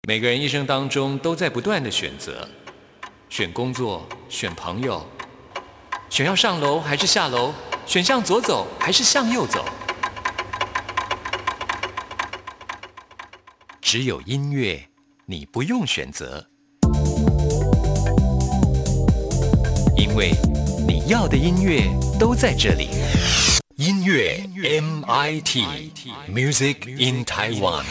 每个人一生当中都在不断的选择，选工作，选朋友，选要上楼还是下楼，选向左走还是向右走。只有音乐，你不用选择，因为你要的音乐都在这里。音乐 MIT Music in Taiwan。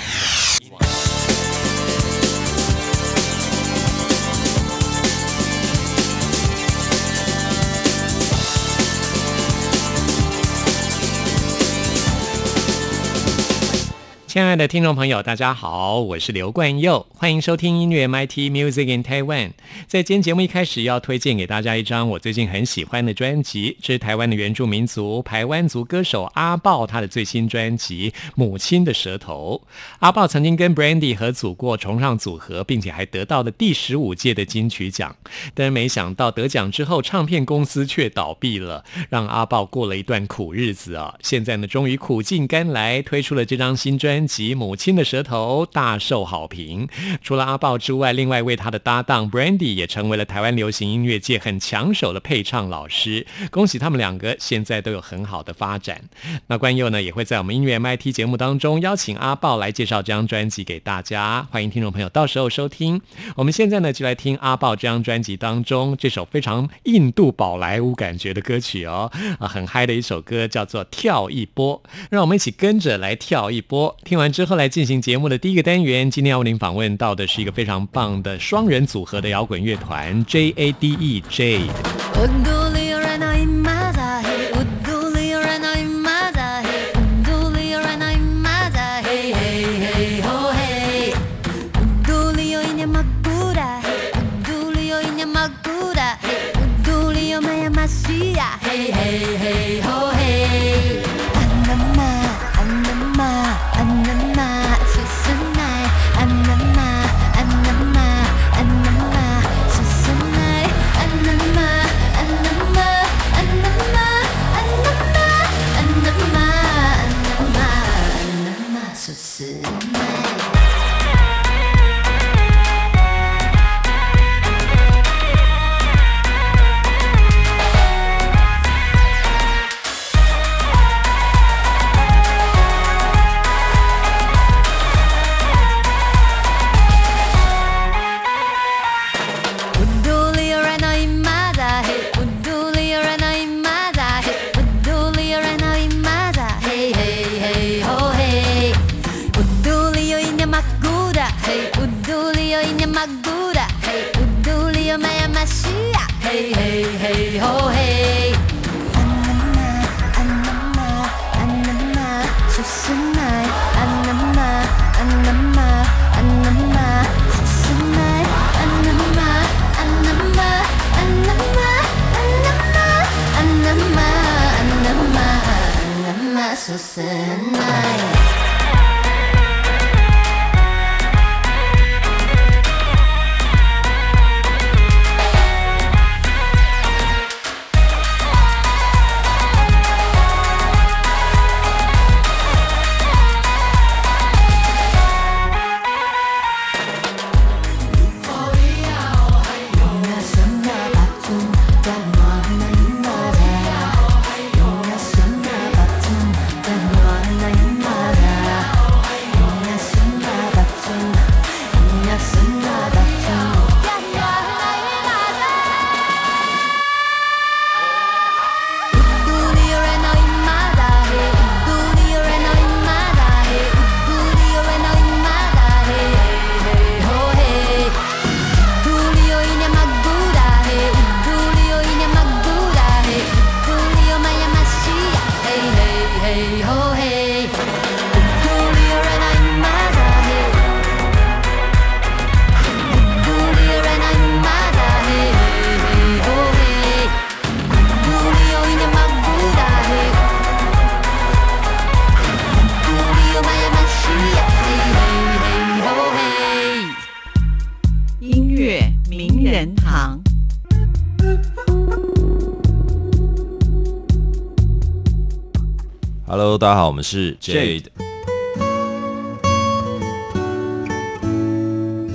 亲爱的听众朋友，大家好，我是刘冠佑，欢迎收听音乐 MIT Music in Taiwan。 在今天节目一开始要推荐给大家一张我最近很喜欢的专辑，这是台湾的原住民族排湾族歌手阿豹他的最新专辑《母亲的舌头》。阿豹曾经跟 Brandy 合组过重唱组合，并且还得到了第15届的金曲奖，但是没想到得奖之后唱片公司却倒闭了，让阿豹过了一段苦日子啊。现在呢，终于苦尽甘来，推出了这张新专辑《母亲的舌头》，大受好评。除了阿豹之外，另外为他的搭档 Brandy 也成为了台湾流行音乐界很抢手的配唱老师，恭喜他们两个现在都有很好的发展。那冠佑呢，也会在我们音乐 MIT 节目当中邀请阿豹来介绍这张专辑给大家，欢迎听众朋友到时候收听。我们现在呢，就来听阿豹这张专辑当中这首非常印度宝莱坞感觉的歌曲哦，很嗨的一首歌，叫做《跳一波》，让我们一起跟着来跳一波。听完之后来进行节目的第一个单元，今天要为您访问到的是一个非常棒的双人组合的摇滚乐团 JADE Jade。 Hello， 大家好，我们是 Jade。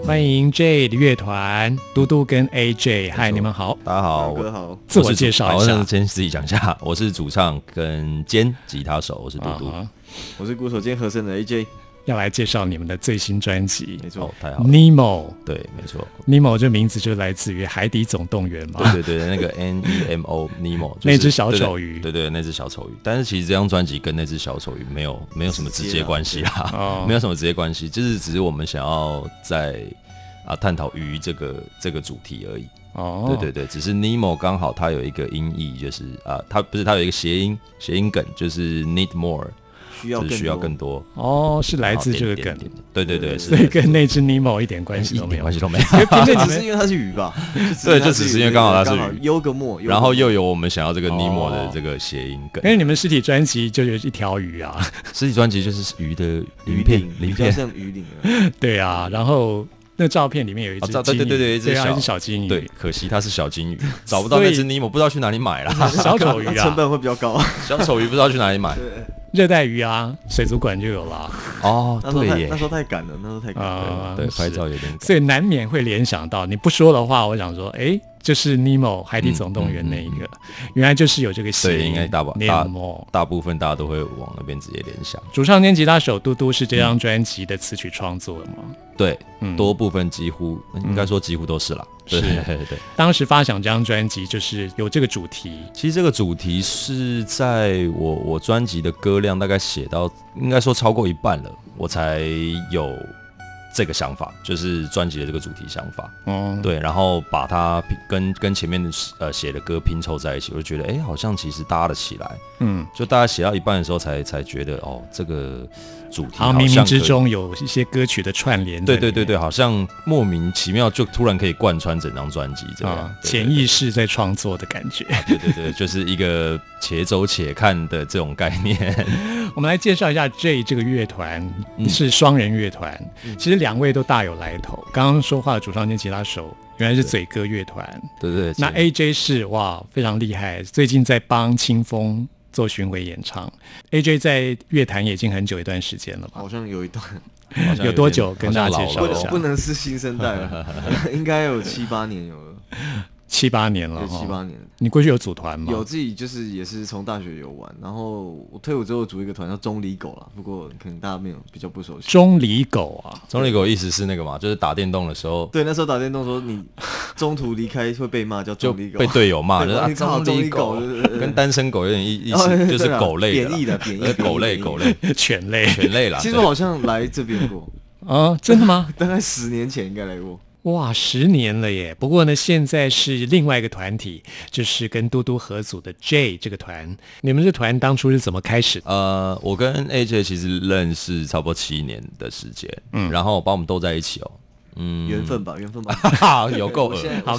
欢迎 J 的乐团嘟嘟跟 AJ， 嗨，你们好， 大家好， 哥好， 自我介绍一下。 我先自己讲一下，我是主唱跟兼吉他手，我是嘟嘟， 我是鼓手兼和声的 AJ。 要来介绍你们的最新专辑， 没错， 太好了 Nemo， 对，没错 ，Nemo 这名字就来自于《海底总动员》嘛， 对，那个 NEMO Nemo， 那只小丑鱼， 对，那只小丑鱼。但是其实这张专辑跟那只小丑鱼没有什么直接关系啦，没有什么直接关系，就是只是我们想要在探讨鱼这个主题而已。哦，对，只是 Nemo 刚好它有一个音译，就是它有一个谐音梗，就是 Need More。需要更多哦，是来自这个梗， 对， 所以跟那只尼莫一点关系都没有， 关系都没有， 只是因为它是鱼吧？ 对，就只是因为刚好它是鱼， 悠个墨， 然后又有我们想要这个尼莫的这个谐音梗。 因为你们实体专辑就有一条鱼啊， 实体专辑就是鱼的鳞片，比较像鱼鳞。 对啊，然后那照片里面有一只金鱼， 对，一只小金鱼。 对，可惜它是小金鱼，找不到那只尼莫，不知道去哪里买了。 小丑鱼啊， 成本会比较高。 小丑鱼不知道去哪里买。 热带鱼啊，水族馆就有了。 哦，对耶， 那时候太赶了， 对，拍照有点赶， 所以难免会联想到。你不说的话，我想说，就是尼莫海底总动员那一个，原来就是有这个谐音。 对，应该大部分大家都会往那边直接联想。 主唱兼吉他手嘟嘟是这张专辑的词曲创作的吗？ 对，多部分几乎应该说几乎都是啦。对。 当时发想这张专辑就是有这个主题。 其实这个主题是在我专辑的歌量大概写到应该说超过一半了，我才有这个想法，就是专辑的这个主题想法。对，然后把它跟前面写的歌拼凑在一起，我就觉得好像其实搭得起来。就大家写到一半的时候才觉得这个主题好像冥冥之中有一些歌曲的串联。 对，好像莫名其妙就突然可以贯穿整张专辑这样。 潜意识在创作的感觉。 对，就是一个且走且看的这种概念。 我们来介绍一下 J 这个乐团，是双人乐团。其实两位都大有来头。刚刚说话的主唱兼吉他手原来是嘴哥乐团。对。那 AJ 是非常厉害，最近在帮清风做巡回演唱。AJ 在乐坛也已经很久一段时间了吧？ 好像有一段。 有多久？跟大家介绍一下。 不能是新生代了，应该有7-8年有了。 7-8年了 ，7-8年。 你过去有组团吗？ 有，自己就是也是从大学有玩，然后我退伍之后组一个团叫中里狗啦，不过可能大家没有比较不熟悉。 中里狗啊， 中里狗意思是那个嘛，就是打电动的时候。 对，那时候打电动的时候，你中途离开会被骂，叫中里狗， 被队友骂，就是中里狗， 跟单身狗有点意思，就是狗类的， 贬义的， 狗类， 犬类啦。 其实我好像来这边过啊，真的吗？ 大概10年前应该来过。 哇，10年了耶！不过呢，现在是另外一个团体，就是跟嘟嘟合组的 J 这个团。你们这团当初是怎么开始的？ 我跟 AJ 其实认识差不多7年的时间，然后把我们斗在一起哦。 缘分吧， 有够好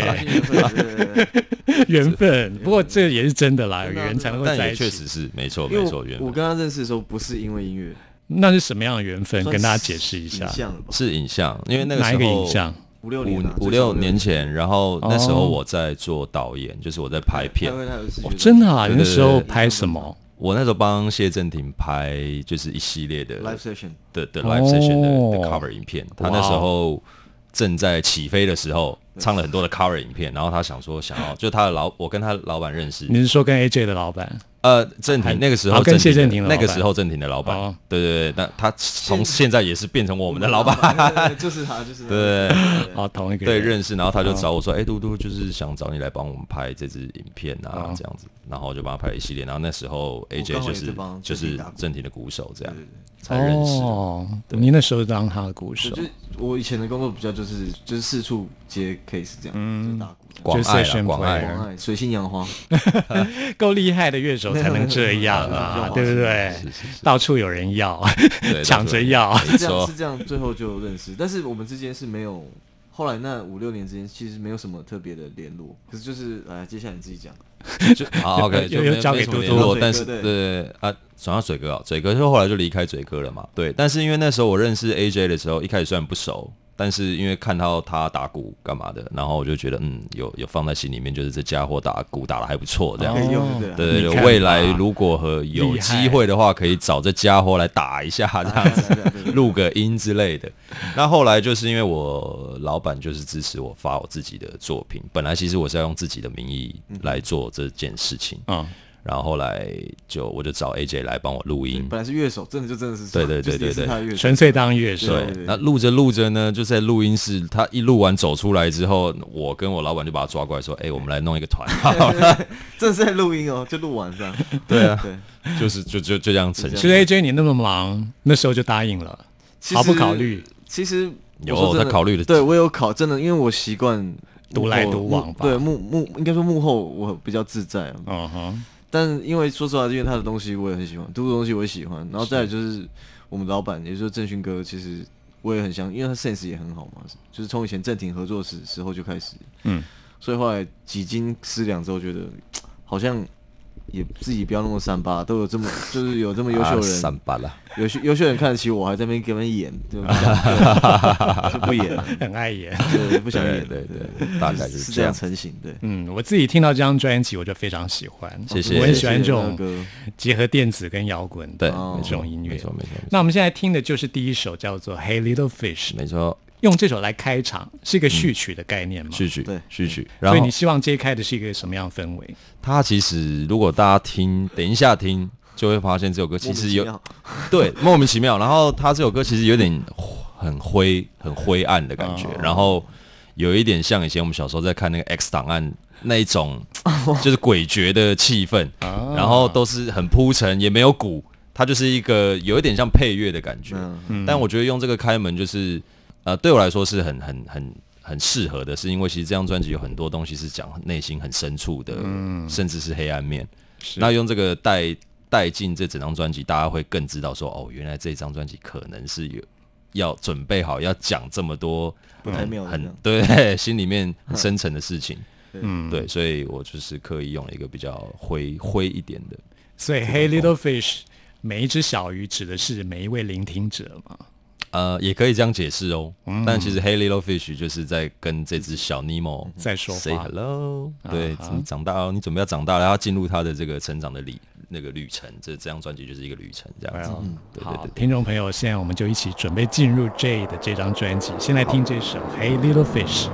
cliché，缘分。不过这也是真的啦，有缘才能够在一起。 确实是没错，缘分。 我跟他认识的时候不是因为音乐。 那是什么样的缘分？跟大家解释一下。 是影像，因为那个时候哪一个影像 ？5-6年前，然后那时候我在做导演，就是我在拍片。 真的啊？你那时候拍什么？ 我那时候帮谢震廷拍就是一系列的 live session 的 cover 影片。他那时候正在起飞的时候，唱了很多的 cover 影片，然后他想要，就我跟他老板认识。 你是说跟 AJ 的老板？ 郑庭那个时候跟谢震廷的老板， 那个时候郑庭的老板，对，那他从现在也是变成我们的老板， 就是他，就是对， 同一个对认识，然后他就找我说，嘟嘟就是想找你来帮我们拍这支影片啊，这样子，然后就帮他拍一系列，然后那时候 AJ 就是郑庭的鼓手，这样才认识。 你那时候当他的鼓手， 我以前的工作比较就是四处接 case 这样，就打鼓。 广爱， 水性杨花， 够厉害的乐手才能这样啊，对不对？到处有人要，抢着要， 是这样，最后就认识。但是我们之间是没有，后来那5-6年之间其实没有什么特别的联络。可是就是接下来你自己讲。 OK， 就交给嘟嘟， 但是转到嘴哥就后来就离开嘴哥了嘛。对，但是因为那时候我认识 AJ 的时候，一开始虽然不熟。 但是因为看到他打鼓干嘛的，然后我就觉得有放在心里面，就是这家伙打鼓打得还不错，这样可以用对对对，未来如果有机会的话，可以找这家伙来打一下，这样子录个音之类的。那后来就是因为我老板就是支持我发我自己的作品，本来其实我是要用自己的名义来做这件事情，然后后来我就找 AJ 来帮我录音， 本来是乐手，真的是对， 纯粹当乐手。 对，那录着呢，就在录音室，他一录完走出来之后，我跟我老板就把他抓过来说：“我们来弄一个团。” 真的是在录音哦，就录完这样。 对啊，就是就这样呈现。 其实 AJ 你那么忙，那时候就答应了，毫不考虑。 其实有他考虑的， 对我有考，真的，因为我习惯独来独往吧。 对应该说幕后我比较自在。但因为说实话，因为他的东西我也很喜欢，嘟嘟的东西我也喜欢，然后再来就是我们老板，也就是郑勋哥，其实我也很想，因为他 sense 也很好嘛，就是从以前郑庭合作时候就开始，所以后来几经思量之后，觉得好像也自己不要那么三八，都有这么就是有这么优秀的人， 三八啦， 优秀人看得起我，还在那边给他们演，对吧？就不演了， 很爱演， 对，不想演， 对，大概就是这样成型，对， 我自己听到这张专辑，我就非常喜欢， 谢谢， 我很喜欢这种结合电子跟摇滚的这种音乐， 没错。 那我们现在听的就是第一首叫做《Hey Little Fish》， 没错。 用这首来开场，是一个序曲的概念吗？ 序曲， 所以你希望揭开的是一个什么样的氛围？ 它其实如果大家等一下听，就会发现这首歌其实莫名其妙。然后它这首歌其实有点很灰暗的感觉，然后有一点像以前我们小时候在看那个 X 档案那一种，就是诡谲的气氛，然后都是很铺陈，也没有鼓，它就是一个有一点像配乐的感觉。但我觉得用这个开门就是。对我来说是很适合的，是因为其实这张专辑有很多东西是讲内心很深处的，甚至是黑暗面。那用这个带进这整张专辑，大家会更知道说，原来这张专辑可能是要准备好要讲这么多对心里面很深沉的事情。对，所以我就是刻意用了一个比较灰一点的。 所以 Hey Little Fish 每一只小鱼指的是每一位聆听者嘛？ 也可以这样解释哦，但其实 Hey Little Fish 就是在跟这只小尼莫在说话 ，Say Hello，对，你长大哦，你准备要长大了，要进入他的这个成长的那个旅程，这张专辑就是一个旅程，这样子。 好，听众朋友，现在我们就一起准备进入 Jay 的这张专辑，先来听这首 Hey Little Fish。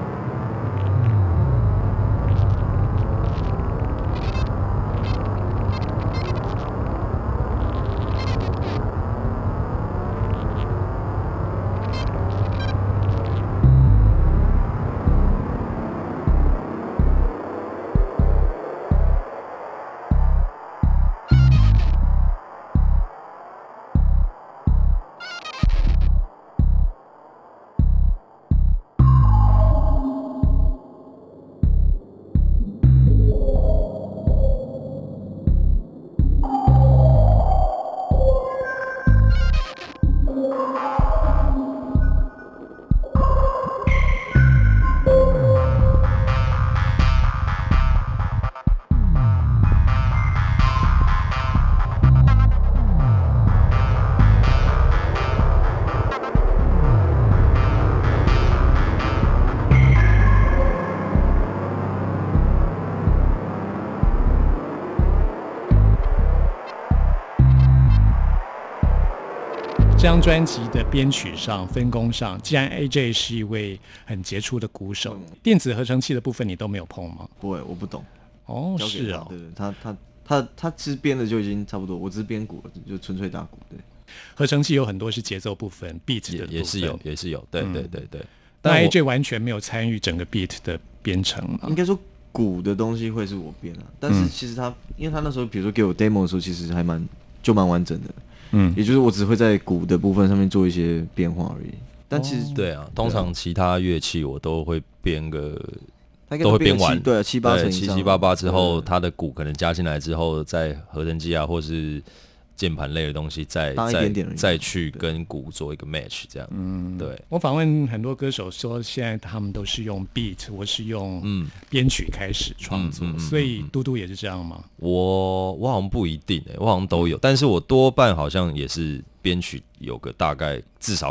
这张专辑的编曲上、分工上，既然 AJ 是一位很杰出的鼓手，电子合成器的部分你都没有碰吗？ 不会，我不懂。 哦，是哦， 对，他其实编的就已经差不多，我只是编鼓，就纯粹打鼓。对， 合成器有很多是节奏部分 ，beat 的部分也是有，对。 那 AJ 完全没有参与整个 beat 的编程吗？ 应该说鼓的东西会是我编的，但是其实因为他那时候比如说给我 demo 的时候，其实还蛮完整的。也就是我只会在鼓的部分上面做一些变化而已。但其实对啊，通常其他乐器我都会编都会编完， 对，7、8成以上 ，7、8、8之后，它的鼓可能加进来之后，在合成器啊，或是键盘类的东西，再去跟鼓做一个 match， 这样。对。 我访问很多歌手说，现在他们都是用 beat， 我是用编曲开始创作，所以嘟嘟也是这样吗？ 我好像不一定我好像都有，但是我多半好像也是编曲有个大概至少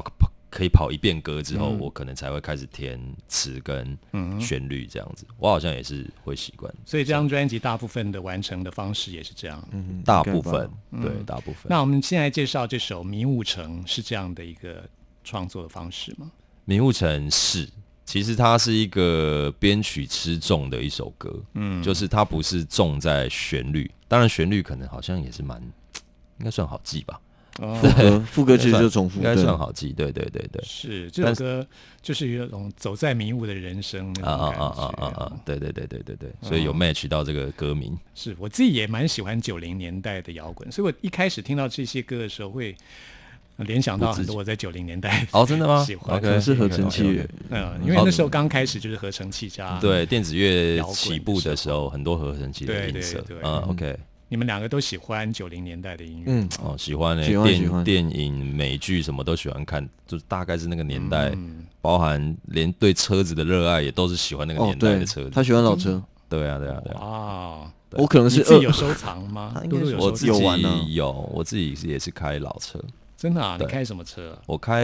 可以跑一遍歌之后，我可能才会开始填词跟旋律这样子。我好像也是会习惯， 所以这张专辑大部分的完成的方式也是这样。 大部分对，大部分。 那我们现在介绍这首《迷雾城》是这样的一个创作的方式吗？ 迷雾城是，其实它是一个编曲吃重的一首歌，就是它不是重在旋律，当然旋律可能好像也是应该算好记吧。 副歌其实就重复， 应该算好记。对， 是这首歌就是有一种走在迷雾的人生那种感觉。 对，所以有 match 到这个歌名。 是我自己也蛮喜欢90年代的摇滚，所以我一开始听到这些歌的时候会联想到很多我在90年代真的吗？ 喜欢可能是合成器乐， 因为那时候刚开始就是合成器加对电子乐起步的时候，很多合成器的音色。OK。 你们两个都喜欢90年代的音乐？ 喜欢电影、美剧什么都喜欢看，就大概是那个年代，包含连对车子的热爱也都是喜欢那个年代的车子。 他喜欢老车。 对啊。 我可能是你自己有收藏吗？ 我自己有，我自己也是开老车。 真的啊？你开什么车？ 我开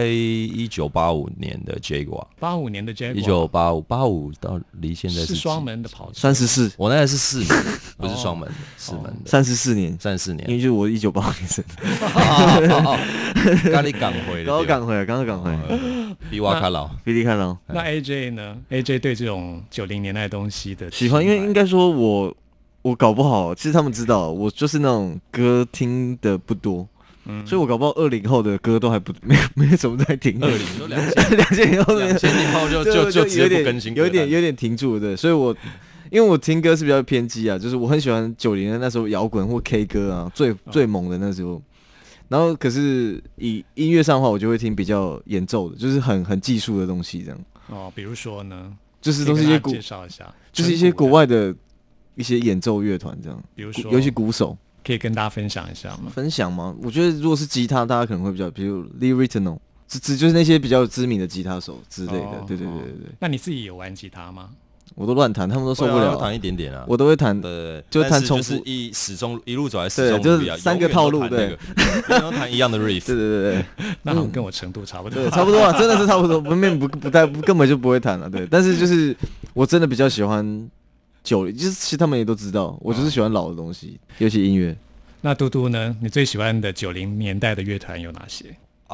1985年的 Jaguar。85 年的 Jaguar。1985到离现在是双门的跑车。 34。 我那个是4门，不是双门，4门的。 34年。 因为就是我1985年生的。 刚赶回了。 刚赶回来。 比我看老。 那 AJ 呢 ？AJ 对这种90年代的东西的喜欢，因为应该说我搞不好，其实他们知道我就是那种歌听的不多。所以我搞不好20后的歌都还没有什么在听。2000年后就直接不更新， 有点停住的。所以因为我听歌是比较偏激啊，就是我很喜欢90年那时候摇滚或 K 歌啊，最猛的那时候。然后可是以音乐上的话，我就会听比较演奏的，就是很技术的东西这样。 比如说呢， 就是都是一些介绍一下， 就是一些国外的一些演奏乐团这样， 比如说尤其鼓手。 可以跟大家分享一下吗？ 分享吗？我觉得如果是吉他，大家可能会比较，比如 Lee Ritenour， 就是那些比较知名的吉他手之类的。对。 那你自己有玩吉他吗？ 我都乱弹，他们都受不了。 弹一点点啊， 我都会弹，就弹重复， 始终一路走来始终就是3个套路，对， 都弹一样的 riff。 对。 那好像跟我程度差不多， 差不多啊，真的是差不多，根本就不会弹了，对。但是就是我真的比较喜欢就是其实他们也都知道，我就是喜欢老的东西，尤其音乐。 那嘟嘟呢？你最喜欢的90年代的乐团有哪些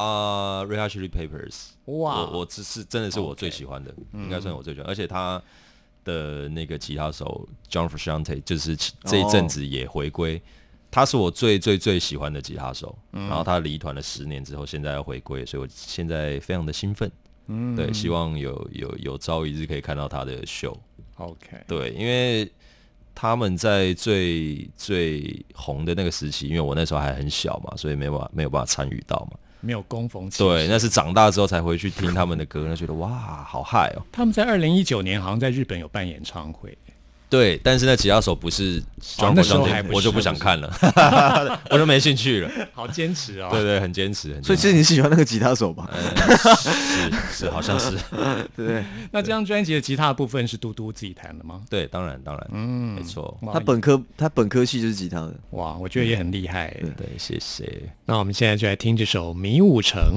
？Red Hot Chili Peppers。 哇， 我真的是我最喜欢的，应该算我最喜欢。而且他的那个吉他手 John Frusciante 就是这一阵子也回归，他是我最喜欢的吉他手。然后他离团了10年之后，现在要回归，所以我现在非常的兴奋。对，希望有朝一日可以看到他的秀。 OK， 对，因为他们在最红的那个时期，因为我那时候还很小嘛，所以没有办法参与到嘛， 没有供逢其对，那是长大之后才回去听他们的歌，那觉得哇，好嗨哦！ 他们在2019年好像在日本有办演唱会。 对，但是那吉他手不是 John Frusciante，我就不想看了，我就没兴趣了。 好坚持哦！ 对，很坚持。 所以其实你喜欢那个吉他手吧？ 是，好像是。 对。 那这张专辑的吉他的部分是嘟嘟自己弹的吗？ 对，当然，没错。 他本科系就是吉他的。 哇，我觉得也很厉害。 对，谢谢。 那我们现在就来听这首《迷雾城》。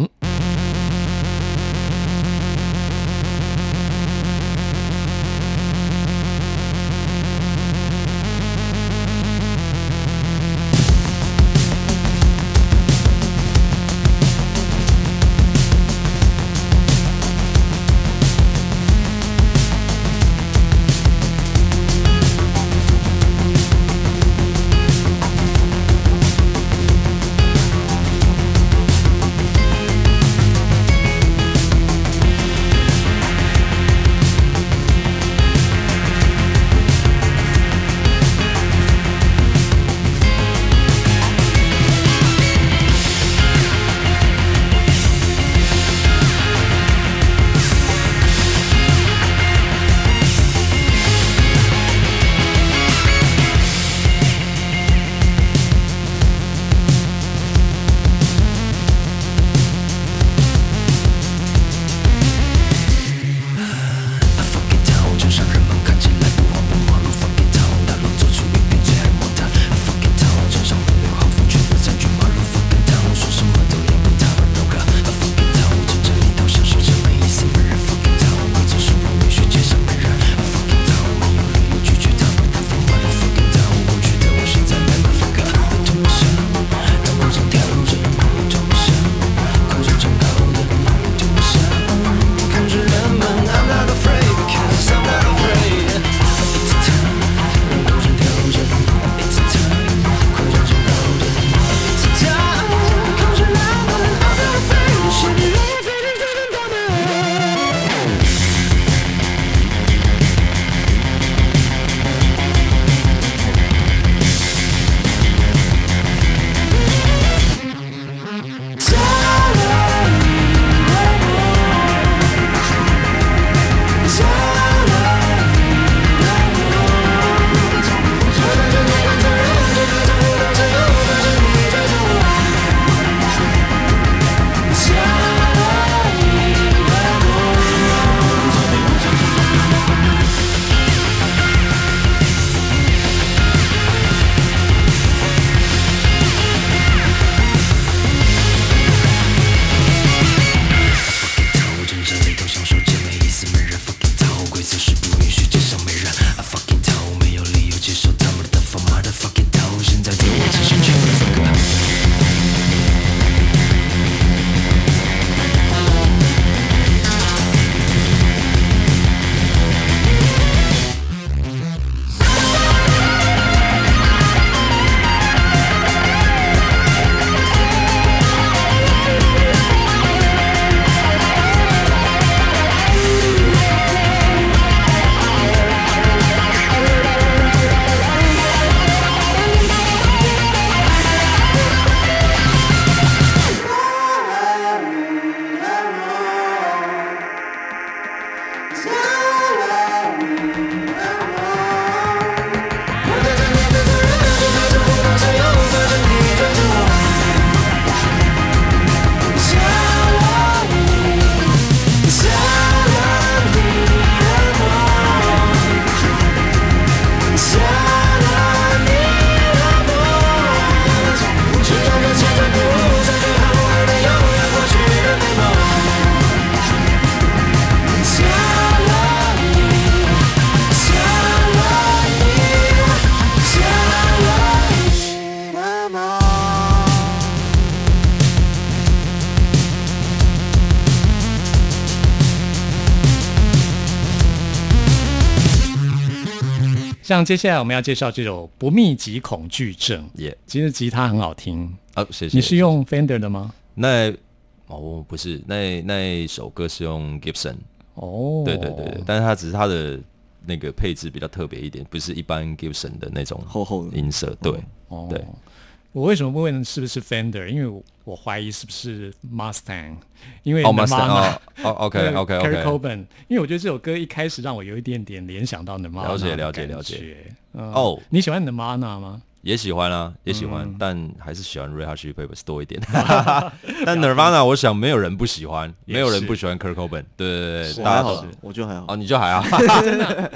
像接下来我们要介绍这首《不密集恐惧症》，其实吉他很好听。 谢谢。 你是用 Fender 的吗？ 不是，那一首歌是用 Gibson。对，但是它只是它的那个配置比较特别一点，不是一般 Gibson 的那种厚厚的音色。对。 我为什么不问是不是 Fender？ 因为我怀疑是不是 Mustang， 因为 Nirvana，OK，Kurt Cobain， 因为我觉得这首歌一开始让我有一点点联想到 Nirvana。了解。你喜欢 Nirvana 吗？ 也喜欢啊，也喜欢，但还是喜欢 Red Hot Chili Peppers 多一点。但 Nirvana 我想没有人不喜欢，没有人不喜欢 Kurt Cobain。对，大家都， 我就还好。 你就还好。 真的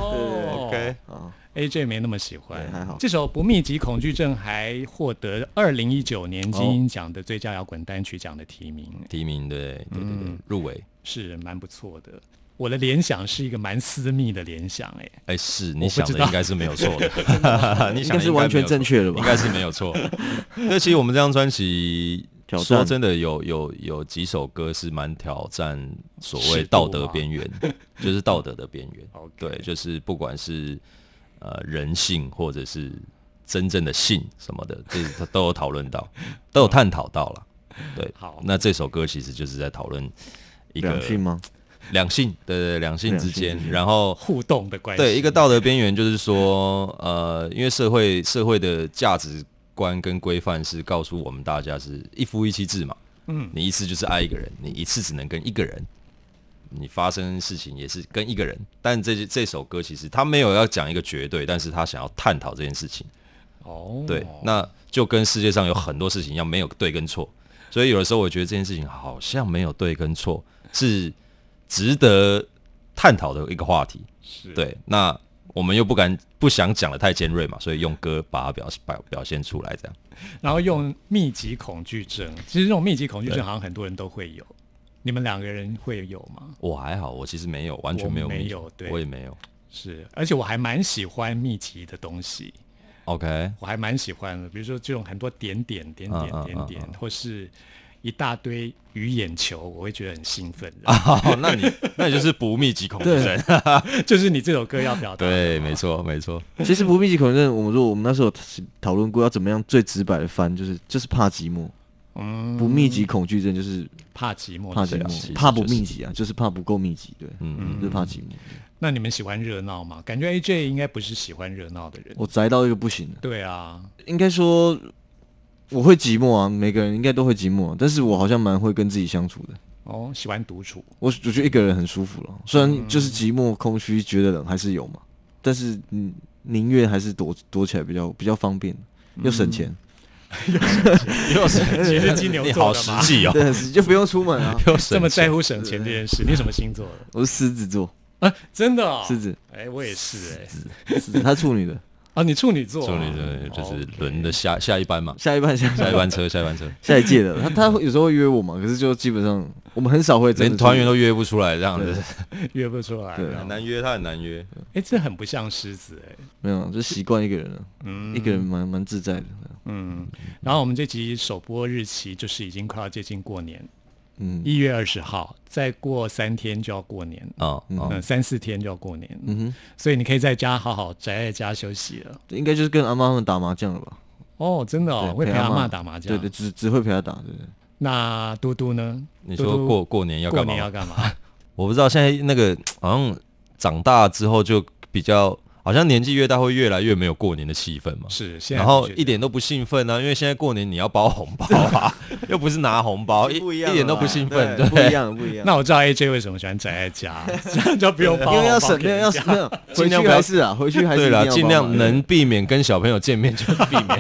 ？OK。 AJ 没那么喜欢，还好。这首《不密集恐惧症》还获得2019年金鹰奖的最佳摇滚单曲奖的提名。 对，入围是蛮不错的。我的联想是一个蛮私密的联想， 是你想的应该是没有错的， 你想的应该是完全正确的吧？ 应该是没有错。那其实我们这张专辑，说真的有几首歌是蛮挑战所谓道德边缘，就是道德的边缘。对，就是不管是人性或者是真正的性什么的，这他都有讨论到，都有探讨到了。对，好，那这首歌其实就是在讨论一个两性吗？ 两性，对，两性之间，然后互动的关系。 对，一个道德边缘就是说，因为社会的价值观跟规范是告诉我们大家是一夫一妻制嘛。你一次就是爱一个人，你一次只能跟一个人。你发生事情也是跟一个人，但这首歌其实他没有要讲一个绝对，但是他想要探讨这件事情。对，那就跟世界上有很多事情一样，没有对跟错，所以有的时候我觉得这件事情好像没有对跟错，是值得探讨的一个话题。对，那我们又不想讲得太尖锐嘛，所以用歌把它表现出来，这样。 然后用密集恐惧症，其实这种密集恐惧症好像很多人都会有。你们两个人会有吗？ 我还好，我其实没有，完全没有。 对， 我也没有。 是，而且我还蛮喜欢密集的东西。 OK， 我还蛮喜欢的，比如说这种很多点，或是一大堆鱼眼球，我会觉得很兴奋。 那你就是不密集恐惧症， 就是你这首歌要表达。 对，没错。 其实不密集恐惧症，我们那时候讨论过要怎么样最直白的翻，就是怕寂寞。不密集恐惧症就是怕寂寞， 怕不密集啊，就是怕不够密集，对，就是怕寂寞。 那你们喜欢热闹吗？感觉 AJ 应该不是喜欢热闹的人。 我宅到一个不行。 对啊， 应该说我会寂寞啊，每个人应该都会寂寞，但是我好像蛮会跟自己相处的。 喜欢独处。我觉得一个人很舒服了，虽然就是寂寞、空虚、觉得冷还是有嘛，但是宁愿还是躲起来比较方便，又省钱。 又省钱，是金牛座的吗？ 你好实际哦， 对，就不用出门啊。 这么在乎省钱这件事，你什么星座的？ 我是狮子座。 真的哦， 狮子。 我也是狮子，他处女的。 你处女座， 就是轮的下一班嘛， 下一班车， 下一届的。他有时候会约我嘛，可是就基本上我们很少会连团员都约不出来这样子， 约不出来， 很难约，他很难约。 这很不像狮子没有，就习惯一个人了，一个人蛮自在的。 然后我们这集首播日期就是已经快要接近过年，1月20号，再过3天就要过年，3-4天就要过年，所以你可以在家好好宅在家休息了。 应该就是跟阿妈他们打麻将了吧？ 真的会陪阿妈打麻将？ 对，只会陪他打，对。 那嘟嘟呢？ 你说过年要干嘛？ 过年要干嘛？ 我不知道，现在那个好像长大之后就比较。好像年纪越大会越来越没有过年的气氛嘛， 是， 然后一点都不兴奋啊，因为现在过年你要包红包啊，又不是拿红包，一点都不兴奋， 不一样。 那我知道 AJ 为什么喜欢宅在家，这样就不用包红包， 因为要省，没有，回去还是回去还是对啦，尽量能避免跟小朋友见面就避免。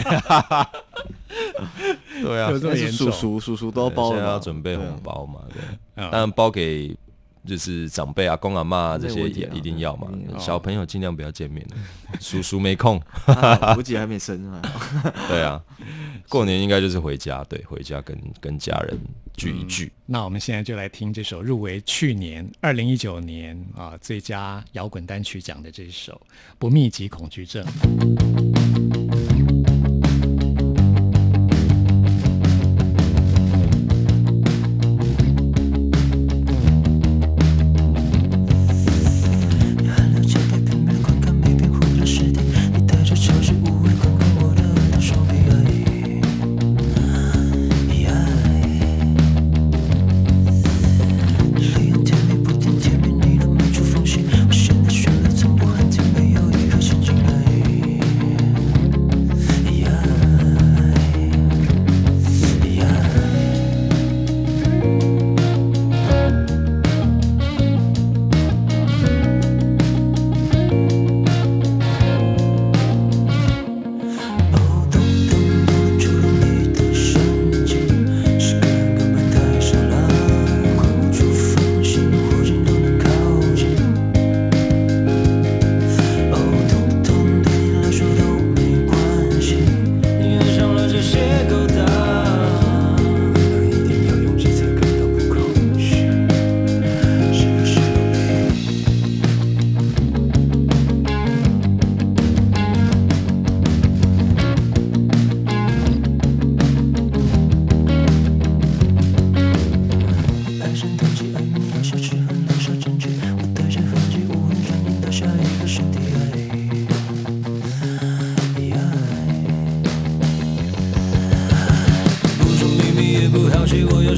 对啊， 叔叔都要包， 现在要准备红包嘛，对，当然包给。就是长辈阿公阿嬷这些一定要嘛，小朋友尽量不要见面，叔叔没空， 我姐还没生啊。 对啊，过年应该就是回家，对，回家跟家人聚一聚。 那我们现在就来听这首入围去年2019年最佳摇滚单曲奖的这首《不密集恐惧症》。 世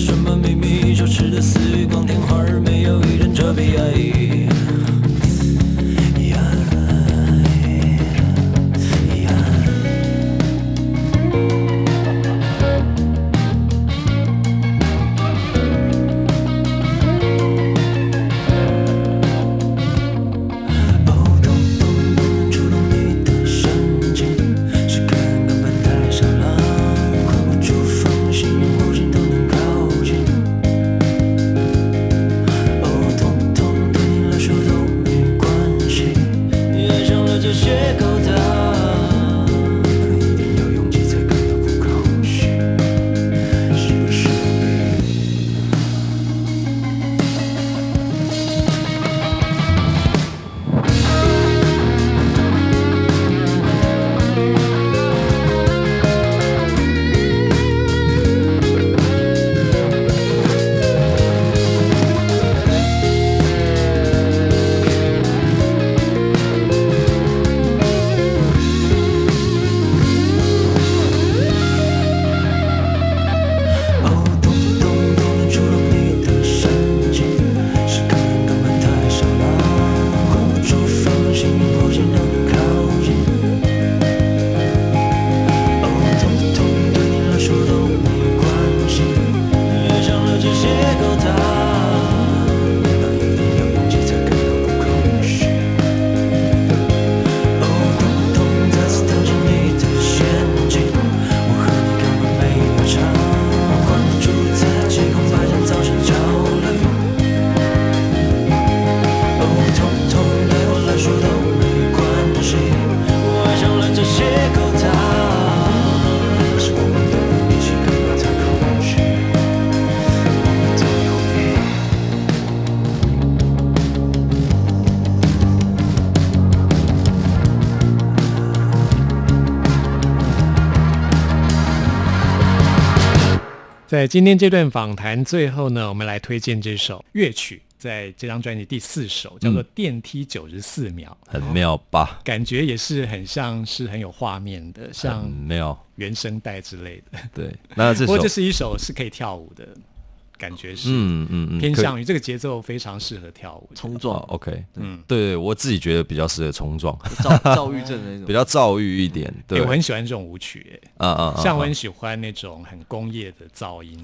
什么秘密？羞耻的死光天化日，没有一人遮蔽爱。 在今天这段访谈最后呢，我们来推荐这首乐曲，在这张专辑第4首，叫做《电梯94秒》， 很妙吧？ 感觉也是很像是很有画面的，像妙原声带之类的。 对，那这首不过这是一首是可以跳舞的。感觉是偏向于这个节奏非常适合跳舞冲撞。 OK， 对，我自己觉得比较适合冲撞， 躁郁症那种， 比较躁郁一点。对， 我很喜欢这种舞曲，像我很喜欢那种很工业的噪音。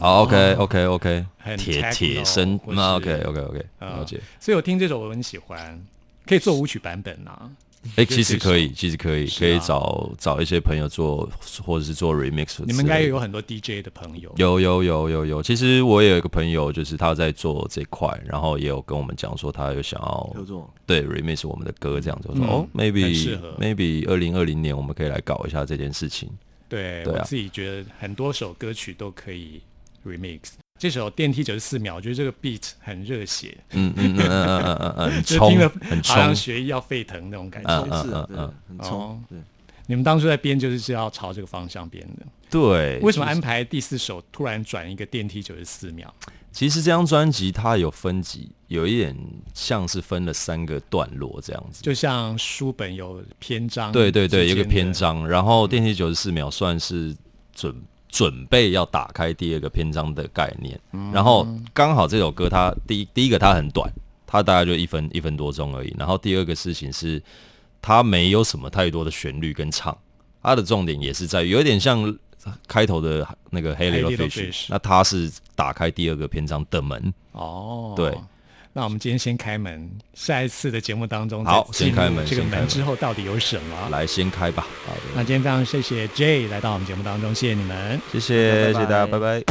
OK， 很铁声。那 OK， 了解。 所以我听这首我很喜欢，可以做舞曲版本啊。 其实可以找一些朋友做，或者是做 remix。 你们应该有很多 DJ 的朋友。 有。其实我也有一个朋友，就是他在做这块，然后也有跟我们讲说，他有想要合作，对 remix 我们的歌这样子。我说maybe 2020年我们可以来搞一下这件事情。 对，我自己觉得很多首歌曲都可以 remix。这首电梯94秒，我觉得这个 beat 很热血，就听了好像血液要沸腾那种感觉， 很冲。对， 你们当初在编就是要朝这个方向编的。 对， 为什么安排第4首突然转一个电梯94秒？ 其实这张专辑它有分级，有一点像是分了3个段落这样子， 就像书本有篇章。 对，有个篇章，然后电梯94秒算是准备要打开第2个篇章的概念，然后刚好这首歌它第一个它很短，它大概就1分多钟而已。然后第2个事情是它没有什么太多的旋律跟唱，它的重点也是在于有点像开頭的那个 Hey Little Fish， 那它是打开第2个篇章的门。对。 那我们今天先开门，下一次的节目当中好，先开门。 这个门之后到底有什么？ 来，先开吧。好的。 那今天非常谢谢 Jay 来到我们节目当中，谢谢你们， 谢谢大家，拜拜。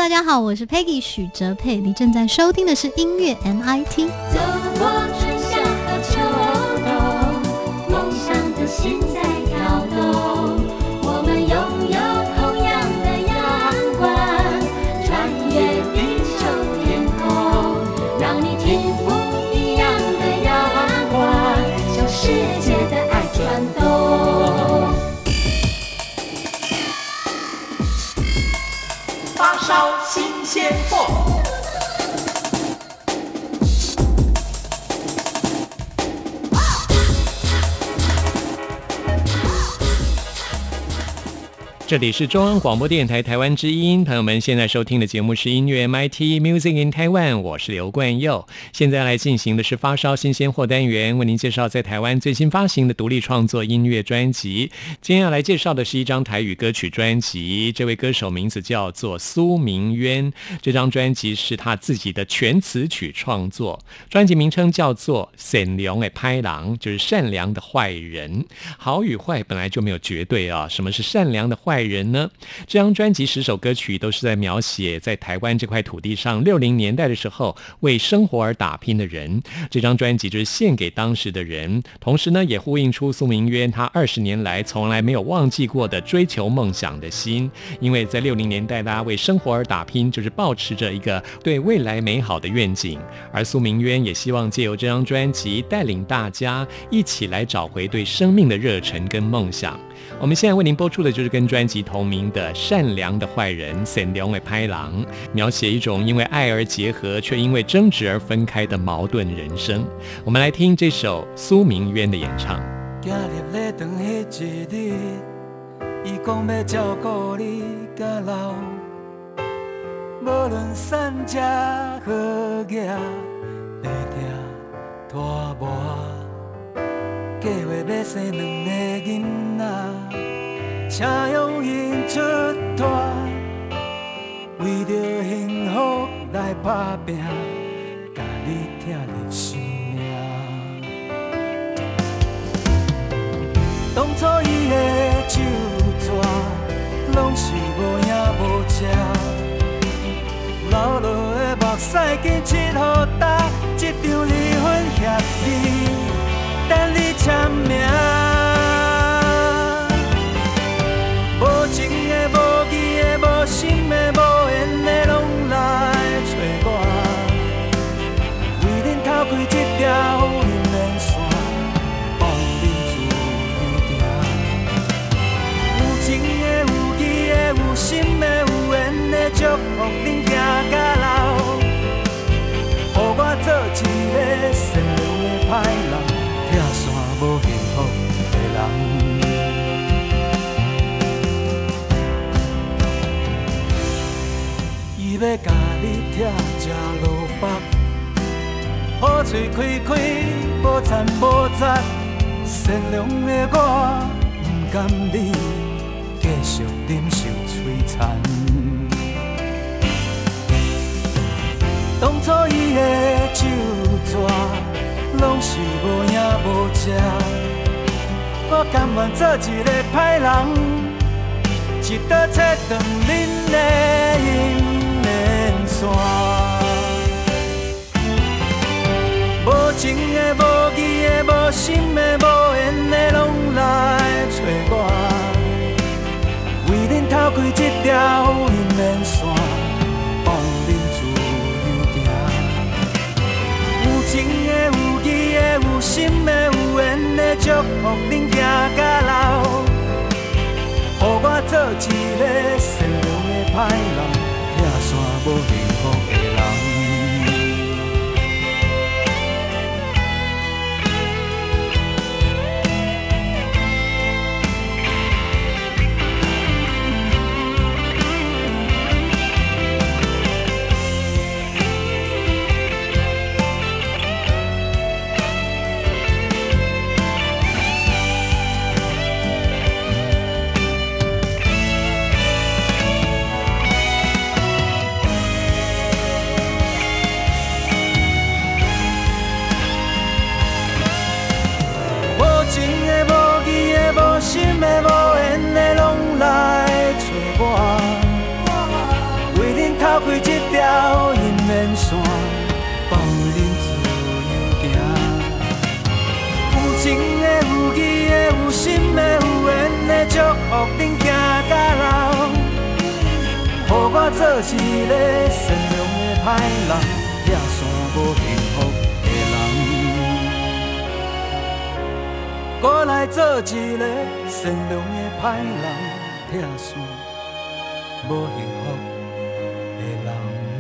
大家好，我是 Peggy 许哲佩，你正在收听的是音乐 MIT。 走过春夏和秋冬，梦想的心在跳动，我们拥有同样的阳光，穿越地球天空，让你听不一样的阳光，向世界的爱转动。 发烧新鲜货。 这里是中央广播电台台湾之音，朋友们现在收听的节目是音乐 MIT Music in Taiwan， 我是刘冠佑。现在来进行的是发烧新鲜货单元，为您介绍在台湾最新发行的独立创作音乐专辑。今天要来介绍的是一张台语歌曲专辑，这位歌手名字叫做苏明渊，这张专辑是他自己的全词曲创作，专辑名称叫做善良的歹人，就是善良的坏人。好与坏本来就没有绝对啊，什么是善良的坏人呢？这张专辑10首歌曲都是在描写在台湾这块土地上60年代的时候为生活而打拼的人。这张专辑就是献给当时的人，同时呢也呼应出苏明渊他20年来从来没有忘记过的追求梦想的心。因为在60年代大家为生活而打拼，就是抱持着一个对未来美好的愿景，而苏明渊也希望借由这张专辑带领大家一起来找回对生命的热忱跟梦想。我们现在为您播出的就是跟专辑同名的《善良的坏人》，善良的歹人，描写一种因为爱而结合，却因为争执而分开的矛盾人生。我们来听这首苏明渊的演唱。 今日咧长迄一日，伊讲要照顾你到老，无论善食好业，地定拖磨。计划要生2个囡仔，请用因出大，为着幸福来打拼，甲你疼入心命。当初伊的手纸，拢是无影无迹，流落的目屎紧拭予干，这张离婚协议。等你签名，无情的、无义的、无心的、无缘的，拢来找我。为恁偷开这条姻缘线，帮恁自由行。有情的、有义的、有心的、有缘的，祝福恁行到老。予我做一个善良的歹人。拆散无幸福的人，伊要甲你拆吃落腹，好嘴开开，无残无杂。善良的我，不甘你继续忍受摧残。当初伊的手纸。拢是无影无迹，我甘愿做一个歹人，一刀切断恁的姻缘线。无情的、无义的、无心的、无缘的，拢来找我，为恁偷开这条姻缘线，帮恁自由行。有情的、有心的、有缘的，祝福恁行到老。予我做一个善良的歹人，拆散无幸福的人。 祝福恁行到老，予我做一个善良的歹人，拆散无幸福的人。我来做一个善良的歹人，拆散无幸福的人。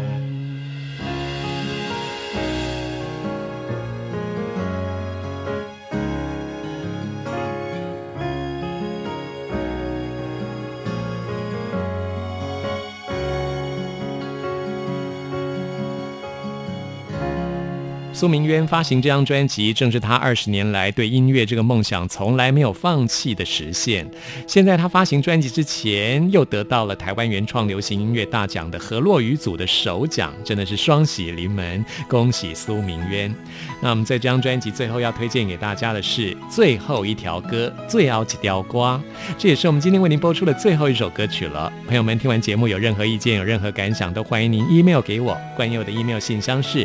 苏明渊发行这张专辑，正是他20年来对音乐这个梦想从来没有放弃的实现。现在他发行专辑之前，又得到了台湾原创流行音乐大奖的河洛语组的首奖，真的是双喜临门，恭喜苏明渊。那我们在这张专辑最后要推荐给大家的是最后一条歌，最后一条歌，这也是我们今天为您播出的最后一首歌曲了。朋友们，听完节目有任何意见、有任何感想，都欢迎您 email 给我。冠佑的 email 信箱是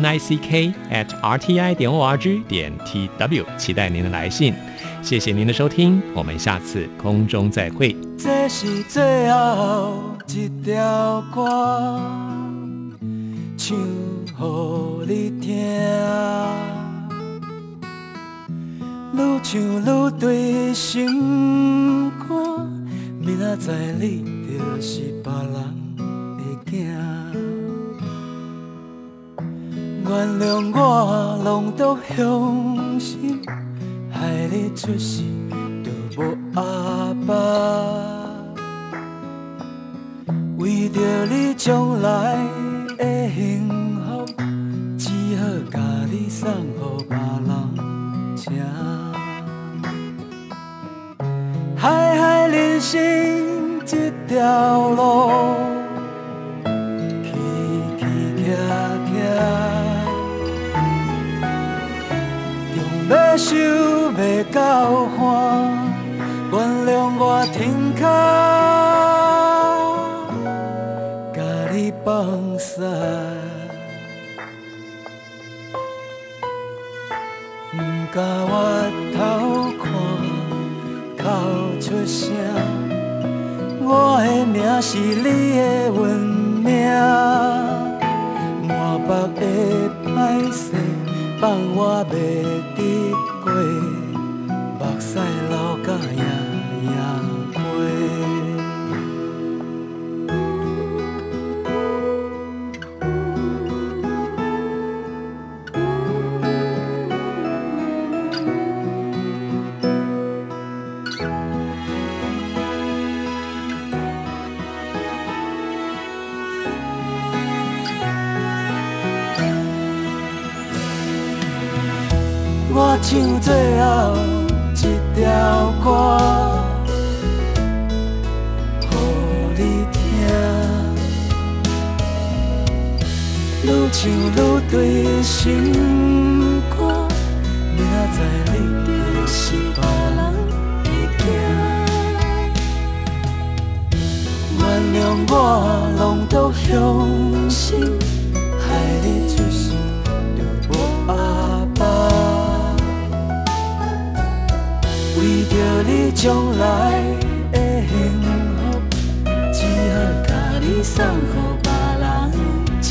nick@rti.org.tw， 期待您的来信。谢谢您的收听，我们下次空中再会。 这是最后一条歌，唱予你听，愈唱愈对心肝，明仔载你就是别人的囝。原谅我浪得伤心，害你出世就无阿爸，为着你将来的幸福，只好甲你送予别人听。海海人生这条路，起起徛徛，中要受袂到寒，原谅我停脚，甲你放肆。不甲我头看，哭出声，我的命是你的运命，满腹的歹势，放我袂得过，目屎流甲夜夜飞。我唱最后一条歌，予你听，愈唱愈对心肝，明仔载你就是别人的囝。原谅我浪得伤心，害你出世就无阿爸，为着你将来的幸福，只好甲你送予别人听。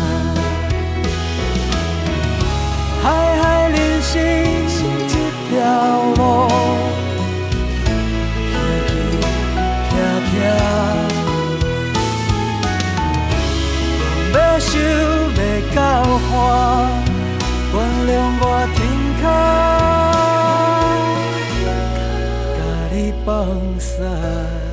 海海人生这条路，起起徛徛，要受袂到寒，原谅我停脚，放肆。